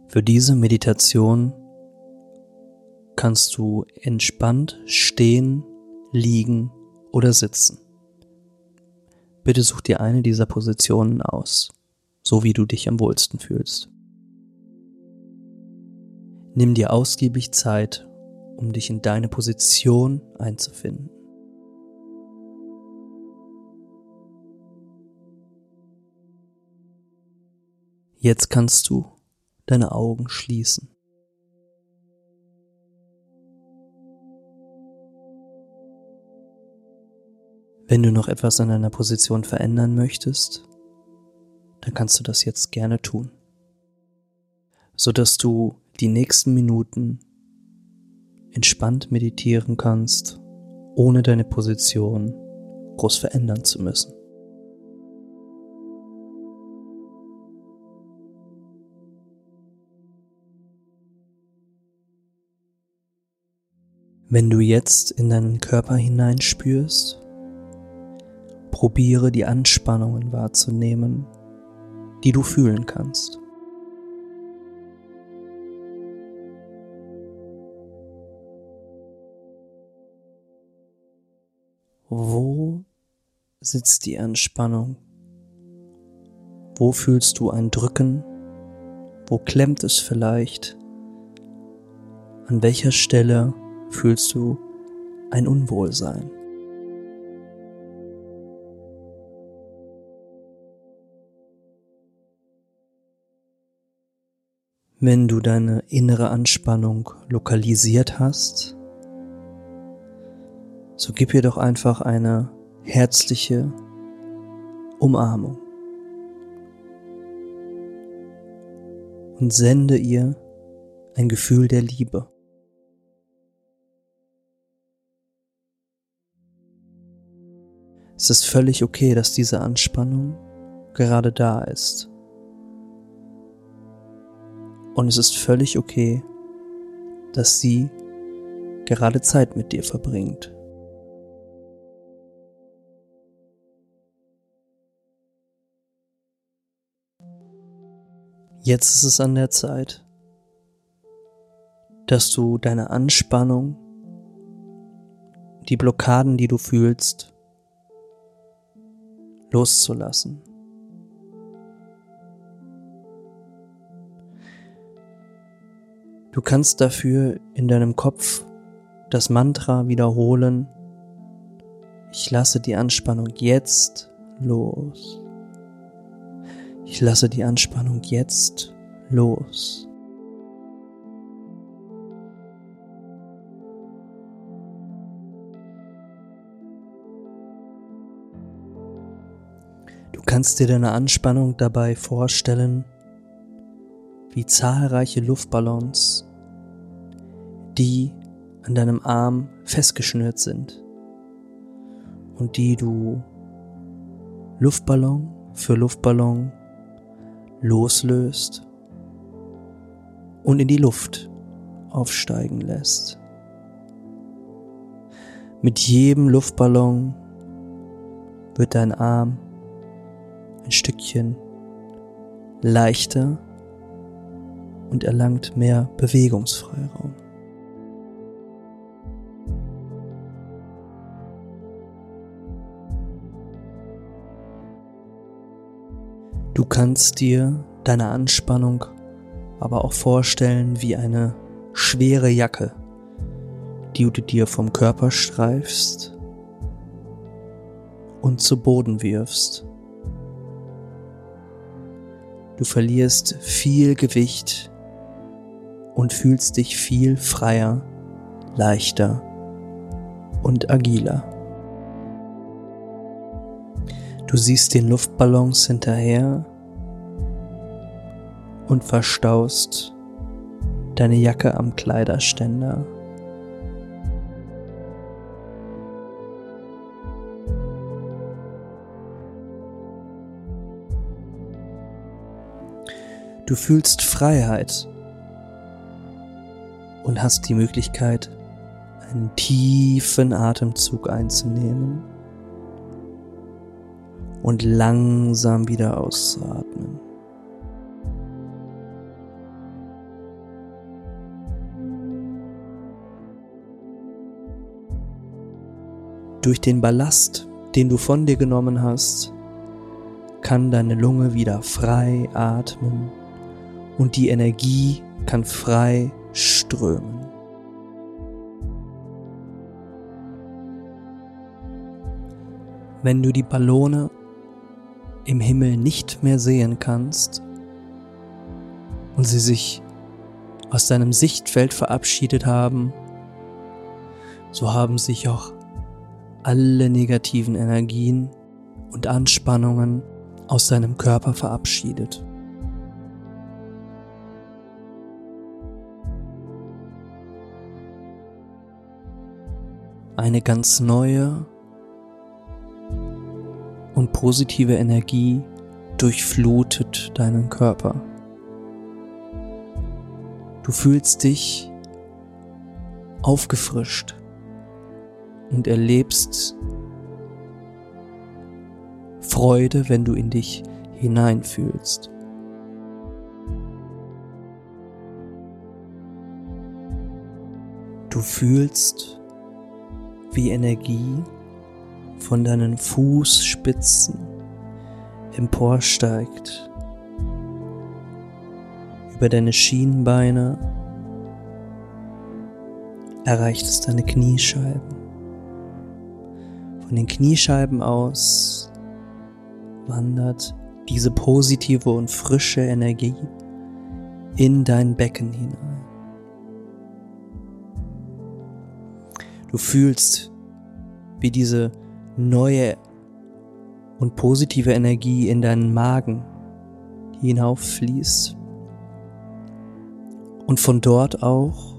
Für diese Meditation kannst du entspannt stehen, liegen oder sitzen. Bitte such dir eine dieser Positionen aus, so wie du dich am wohlsten fühlst. Nimm dir ausgiebig Zeit, um dich in deine Position einzufinden. Jetzt kannst du deine Augen schließen. Wenn du noch etwas an deiner Position verändern möchtest, dann kannst du das jetzt gerne tun, sodass du die nächsten Minuten entspannt meditieren kannst, ohne deine Position groß verändern zu müssen. Wenn du jetzt in deinen Körper hineinspürst, probiere die Anspannungen wahrzunehmen, die du fühlen kannst. Wo sitzt die Anspannung? Wo fühlst du ein Drücken? Wo klemmt es vielleicht? An welcher Stelle fühlst du ein Unwohlsein? Wenn du deine innere Anspannung lokalisiert hast, so gib ihr doch einfach eine herzliche Umarmung und sende ihr ein Gefühl der Liebe. Es ist völlig okay, dass diese Anspannung gerade da ist. Und es ist völlig okay, dass sie gerade Zeit mit dir verbringt. Jetzt ist es an der Zeit, dass du deine Anspannung, die Blockaden, die du fühlst, loszulassen. Du kannst dafür in deinem Kopf das Mantra wiederholen: Ich lasse die Anspannung jetzt los. Ich lasse die Anspannung jetzt los. Du kannst dir deine Anspannung dabei vorstellen, wie zahlreiche Luftballons, die an deinem Arm festgeschnürt sind und die du Luftballon für Luftballon loslöst und in die Luft aufsteigen lässt. Mit jedem Luftballon wird dein Arm ein Stückchen leichter und erlangt mehr Bewegungsfreiraum. Du kannst dir deine Anspannung aber auch vorstellen wie eine schwere Jacke, die du dir vom Körper streifst und zu Boden wirfst. Du verlierst viel Gewicht und fühlst dich viel freier, leichter und agiler. Du siehst den Luftballons hinterher und verstaust deine Jacke am Kleiderständer. Du fühlst Freiheit und hast die Möglichkeit, einen tiefen Atemzug einzunehmen und langsam wieder auszuatmen. durch den Ballast, den du von dir genommen hast, kann deine Lunge wieder frei atmen und die Energie kann frei strömen. Wenn du die Ballone im Himmel nicht mehr sehen kannst und sie sich aus deinem Sichtfeld verabschiedet haben, so haben sich auch alle negativen Energien und Anspannungen aus deinem Körper verabschiedet. Eine ganz neue und positive Energie durchflutet deinen Körper. Du fühlst dich aufgefrischt und erlebst Freude, wenn du in dich hineinfühlst. Du fühlst, wie Energie von deinen Fußspitzen emporsteigt, über deine Schienbeine erreicht es deine Kniescheiben. Von den Kniescheiben aus wandert diese positive und frische Energie in dein Becken hinein. Du fühlst, wie diese neue und positive Energie in deinen Magen hinauffließt und von dort auch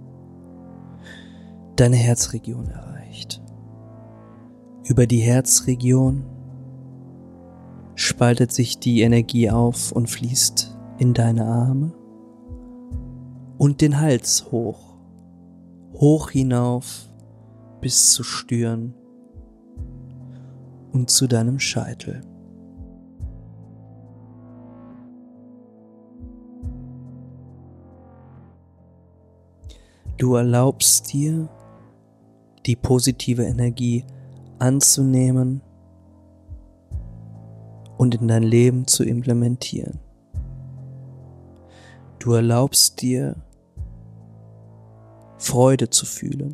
deine Herzregion erreicht. Über die Herzregion spaltet sich die Energie auf und fließt in deine Arme und den Hals hoch hinauf bis zur Stirn und zu deinem Scheitel. Du erlaubst dir, die positive Energie anzunehmen und in dein Leben zu implementieren. Du erlaubst dir, Freude zu fühlen,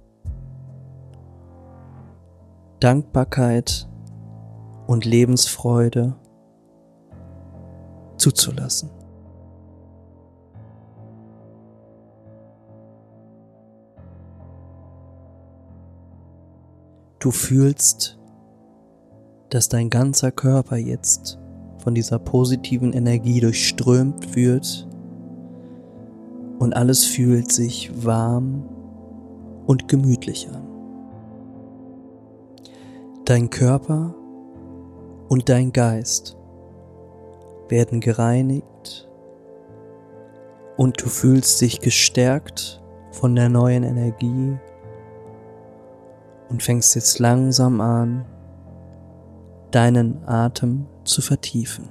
Dankbarkeit und Lebensfreude zuzulassen. Du fühlst, dass dein ganzer Körper jetzt von dieser positiven Energie durchströmt wird und alles fühlt sich warm und gemütlich an. Dein Körper und dein Geist werden gereinigt und du fühlst dich gestärkt von der neuen Energie und fängst jetzt langsam an, deinen Atem zu vertiefen.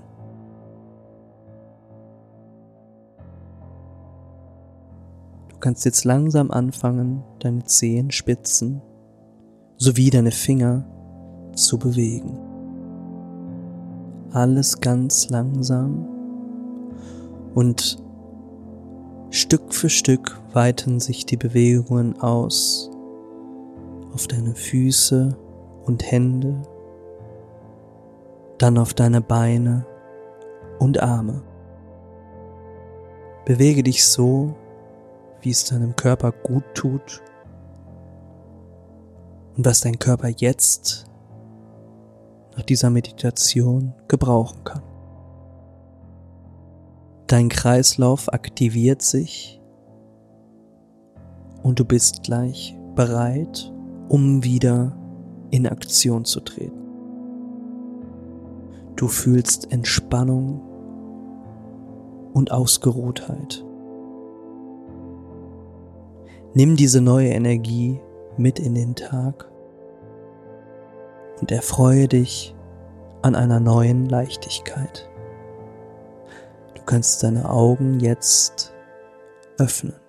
Du kannst jetzt langsam anfangen, deine Zehenspitzen sowie deine Finger zu bewegen. Alles ganz langsam und Stück für Stück weiten sich die Bewegungen aus auf deine Füße und Hände, dann auf deine Beine und Arme. Bewege dich so, wie es deinem Körper gut tut und was dein Körper jetzt nach dieser Meditation gebrauchen kann. Dein Kreislauf aktiviert sich und du bist gleich bereit, um wieder in Aktion zu treten. Du fühlst Entspannung und Ausgeruhtheit. Nimm diese neue Energie mit in den Tag und erfreue dich an einer neuen Leichtigkeit. Du kannst deine Augen jetzt öffnen.